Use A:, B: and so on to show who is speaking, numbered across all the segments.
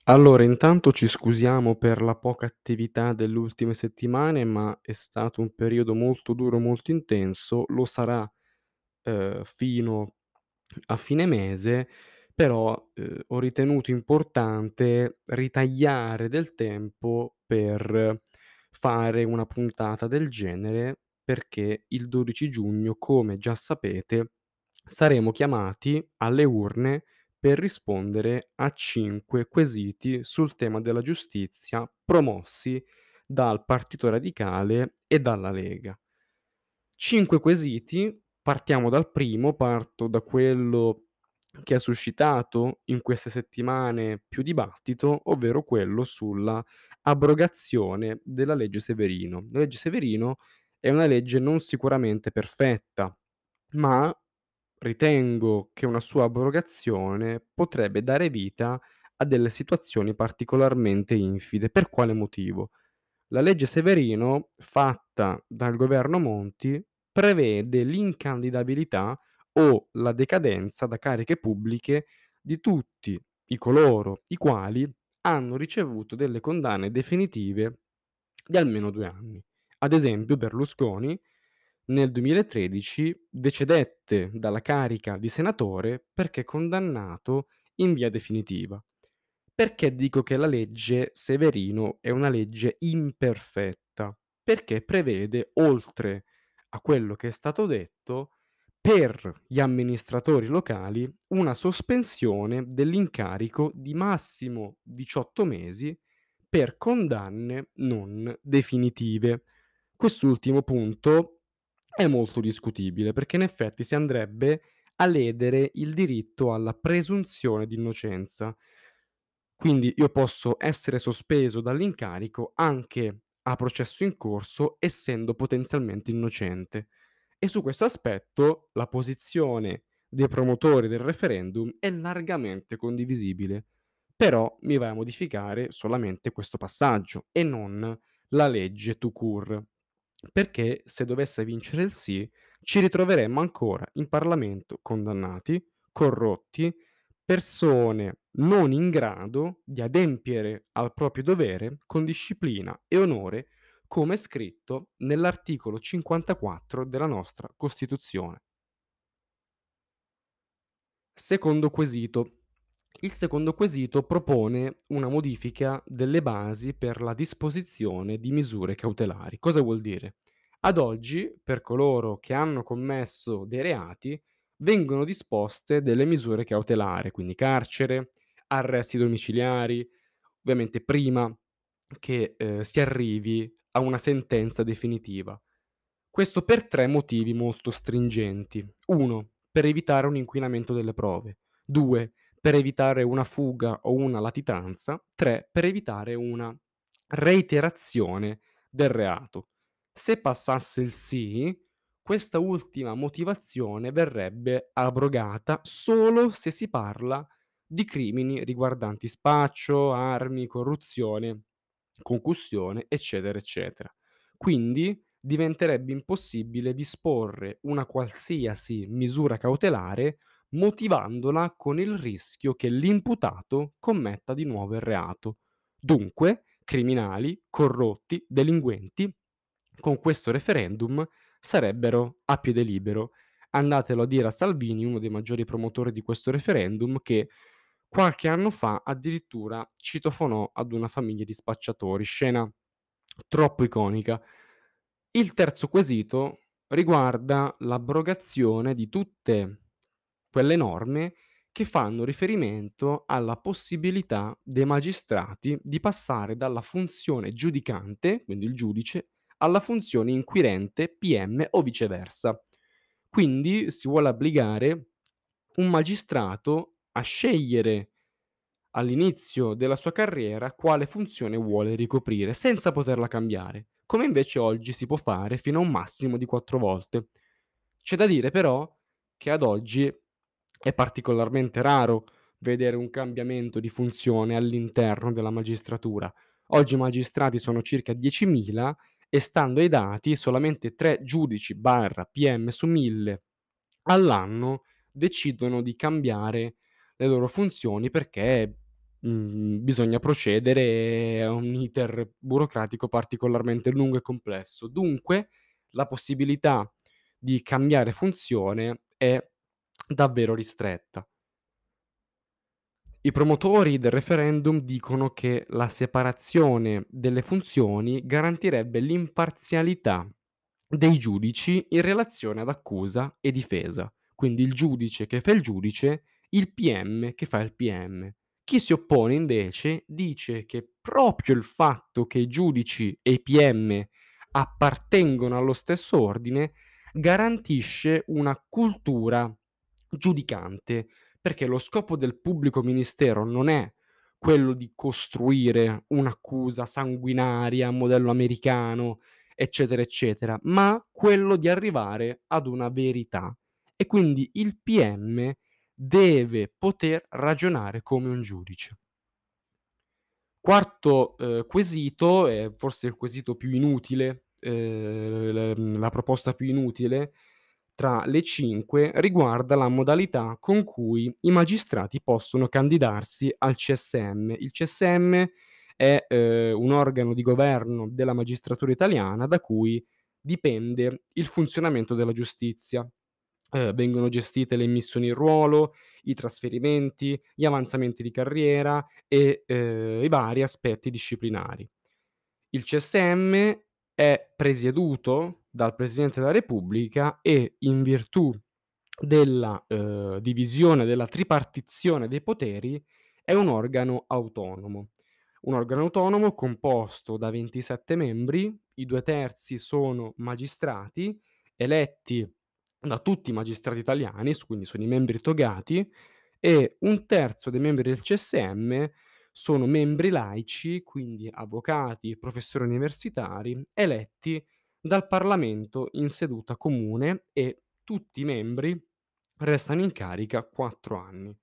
A: Allora, intanto ci scusiamo per la poca attività delle ultime settimane, ma è stato un periodo molto duro, molto intenso. Lo sarà, fino a fine mese, però, ho ritenuto importante ritagliare del tempo per fare una puntata del genere, perché il 12 giugno, come già sapete, saremo chiamati alle urne per rispondere a 5 quesiti sul tema della giustizia promossi dal Partito Radicale e dalla Lega. 5 quesiti, partiamo dal primo, parto da quello che ha suscitato in queste settimane più dibattito, ovvero quello sulla abrogazione della legge Severino. La legge Severino è una legge non sicuramente perfetta, ma ritengo che una sua abrogazione potrebbe dare vita a delle situazioni particolarmente infide. Per quale motivo? La legge Severino, fatta dal governo Monti, prevede l'incandidabilità o la decadenza da cariche pubbliche di tutti i coloro i quali hanno ricevuto delle condanne definitive di almeno 2 anni. Ad esempio Berlusconi nel 2013 decedette dalla carica di senatore perché condannato in via definitiva. Perché dico che la legge Severino è una legge imperfetta? Perché prevede, oltre a quello che è stato detto, per gli amministratori locali una sospensione dell'incarico di massimo 18 mesi per condanne non definitive. Quest'ultimo punto è molto discutibile perché in effetti si andrebbe a ledere il diritto alla presunzione di innocenza. Quindi io posso essere sospeso dall'incarico anche a processo in corso, essendo potenzialmente innocente. E su questo aspetto la posizione dei promotori del referendum è largamente condivisibile, però mi vai a modificare solamente questo passaggio e non la legge tout court. Perché se dovesse vincere il sì, ci ritroveremmo ancora in Parlamento condannati, corrotti, persone non in grado di adempiere al proprio dovere con disciplina e onore, come è scritto nell'articolo 54 della nostra Costituzione. Secondo quesito. Il secondo quesito propone una modifica delle basi per la disposizione di misure cautelari. Cosa vuol dire? Ad oggi, per coloro che hanno commesso dei reati, vengono disposte delle misure cautelari, quindi carcere, arresti domiciliari, ovviamente prima che si arrivi a una sentenza definitiva. Questo per 3 motivi molto stringenti. 1, per evitare un inquinamento delle prove. 2, per evitare una fuga o una latitanza. 3, per evitare una reiterazione del reato. Se passasse il sì, questa ultima motivazione verrebbe abrogata solo se si parla di crimini riguardanti spaccio, armi, corruzione, concussione, eccetera, eccetera. Quindi diventerebbe impossibile disporre una qualsiasi misura cautelare motivandola con il rischio che l'imputato commetta di nuovo il reato. Dunque, criminali, corrotti, delinquenti, con questo referendum sarebbero a piede libero. Andatelo a dire a Salvini, uno dei maggiori promotori di questo referendum, che qualche anno fa addirittura citofonò ad una famiglia di spacciatori, scena troppo iconica. Il terzo quesito riguarda l'abrogazione di tutte quelle norme che fanno riferimento alla possibilità dei magistrati di passare dalla funzione giudicante, quindi il giudice, alla funzione inquirente, PM o viceversa. Quindi si vuole obbligare un magistrato a scegliere all'inizio della sua carriera quale funzione vuole ricoprire, senza poterla cambiare, come invece oggi si può fare fino a un massimo di 4 volte. C'è da dire però che ad oggi è particolarmente raro vedere un cambiamento di funzione all'interno della magistratura. Oggi i magistrati sono circa 10.000 e stando ai dati solamente 3 giudici/PM su 1000 all'anno decidono di cambiare le loro funzioni perché bisogna procedere a un iter burocratico particolarmente lungo e complesso. Dunque, la possibilità di cambiare funzione è davvero ristretta. I promotori del referendum dicono che la separazione delle funzioni garantirebbe l'imparzialità dei giudici in relazione ad accusa e difesa. Quindi il giudice che fa il giudice, il PM che fa il PM. Chi si oppone invece dice che proprio il fatto che i giudici e i PM appartengono allo stesso ordine garantisce una cultura giudicante, perché lo scopo del pubblico ministero non è quello di costruire un'accusa sanguinaria, modello americano, eccetera, eccetera, ma quello di arrivare ad una verità. E quindi il PM deve poter ragionare come un giudice. Quarto, quesito, e forse il quesito più inutile, la proposta più inutile tra le 5, riguarda la modalità con cui i magistrati possono candidarsi al CSM. Il CSM è, un organo di governo della magistratura italiana da cui dipende il funzionamento della giustizia. Vengono gestite le immissioni in ruolo, i trasferimenti, gli avanzamenti di carriera e, i vari aspetti disciplinari. Il CSM è presieduto dal Presidente della Repubblica e in virtù della, divisione, della tripartizione dei poteri, è un organo autonomo. Un organo autonomo composto da 27 membri, i 2/3 sono magistrati eletti da tutti i magistrati italiani, quindi sono i membri togati, e 1/3 dei membri del CSM sono membri laici, quindi avvocati, professori universitari, eletti dal Parlamento in seduta comune e tutti i membri restano in carica 4 anni.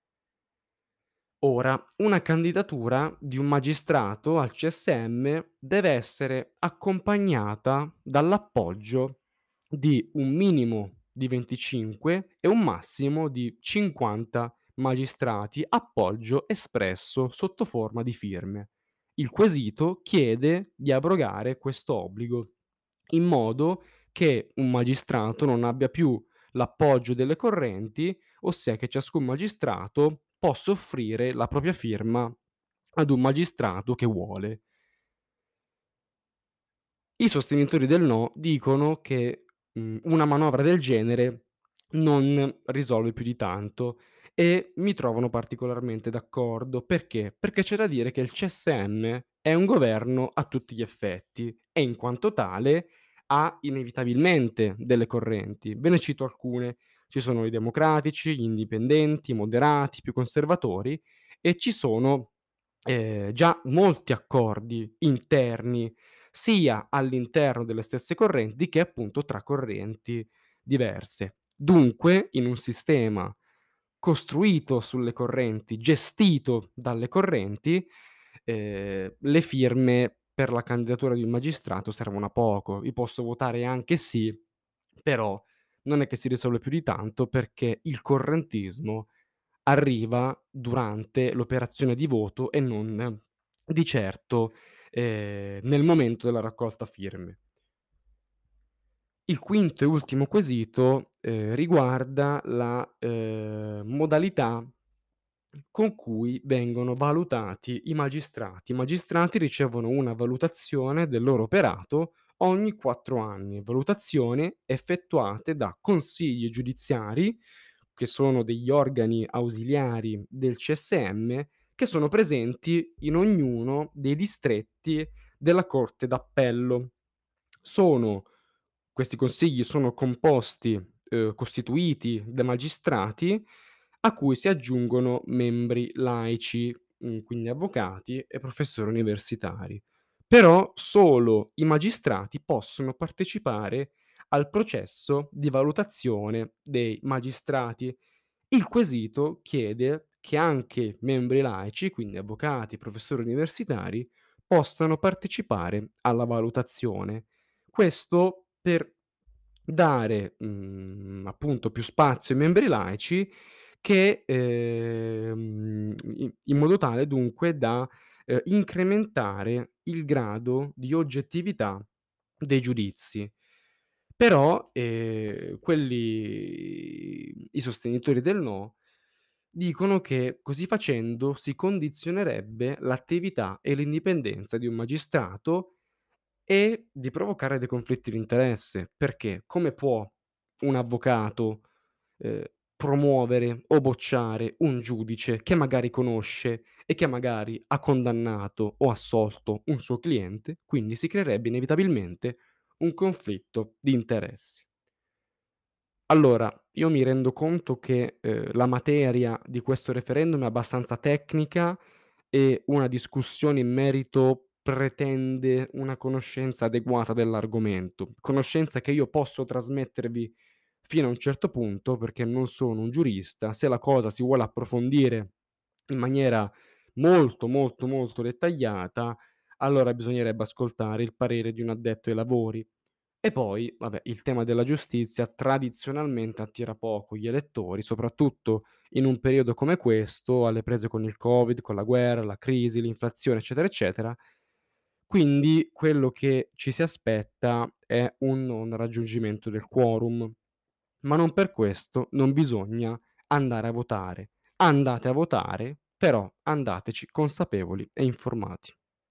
A: Ora, una candidatura di un magistrato al CSM deve essere accompagnata dall'appoggio di un minimo di 25 e un massimo di 50 magistrati, appoggio espresso sotto forma di firme. Il quesito chiede di abrogare questo obbligo, in modo che un magistrato non abbia più l'appoggio delle correnti, ossia che ciascun magistrato possa offrire la propria firma ad un magistrato che vuole. I sostenitori del no dicono che, una manovra del genere non risolve più di tanto e mi trovano particolarmente d'accordo. Perché? Perché c'è da dire che il CSM è un governo a tutti gli effetti e in quanto tale ha inevitabilmente delle correnti. Ve ne cito alcune: ci sono i democratici, gli indipendenti, i moderati, i più conservatori e ci sono, già molti accordi interni sia all'interno delle stesse correnti che appunto tra correnti diverse. Dunque, in un sistema costruito sulle correnti, gestito dalle correnti, le firme per la candidatura di un magistrato servono a poco. Io posso votare anche sì, però non è che si risolve più di tanto perché il correntismo arriva durante l'operazione di voto e non di certo, nel momento della raccolta firme. Il quinto e ultimo quesito, riguarda la, modalità con cui vengono valutati i magistrati. I magistrati ricevono una valutazione del loro operato ogni 4 anni, valutazioni effettuate da consigli giudiziari, che sono degli organi ausiliari del CSM, che sono presenti in ognuno dei distretti della corte d'appello. Sono Questi consigli sono composti costituiti da magistrati a cui si aggiungono membri laici, quindi avvocati e professori universitari. Però solo i magistrati possono partecipare al processo di valutazione dei magistrati. Il quesito chiede che anche membri laici, quindi avvocati, professori universitari, possano partecipare alla valutazione. Questo per dare, appunto più spazio ai membri laici che, in modo tale dunque da, incrementare il grado di oggettività dei giudizi. Però, i sostenitori del no, dicono che così facendo si condizionerebbe l'attività e l'indipendenza di un magistrato e di provocare dei conflitti di interesse. Perché come può un avvocato, promuovere o bocciare un giudice che magari conosce e che magari ha condannato o assolto un suo cliente, quindi si creerebbe inevitabilmente un conflitto di interessi. Allora, io mi rendo conto che, la materia di questo referendum è abbastanza tecnica e una discussione in merito pretende una conoscenza adeguata dell'argomento, conoscenza che io posso trasmettervi fino a un certo punto perché non sono un giurista. Se la cosa si vuole approfondire in maniera molto, molto, molto dettagliata, allora bisognerebbe ascoltare il parere di un addetto ai lavori. E poi, vabbè, il tema della giustizia tradizionalmente attira poco gli elettori, soprattutto in un periodo come questo, alle prese con il Covid, con la guerra, la crisi, l'inflazione, eccetera, eccetera. Quindi quello che ci si aspetta è un non raggiungimento del quorum, ma non per questo non bisogna andare a votare. Andate a votare, però andateci consapevoli e informati.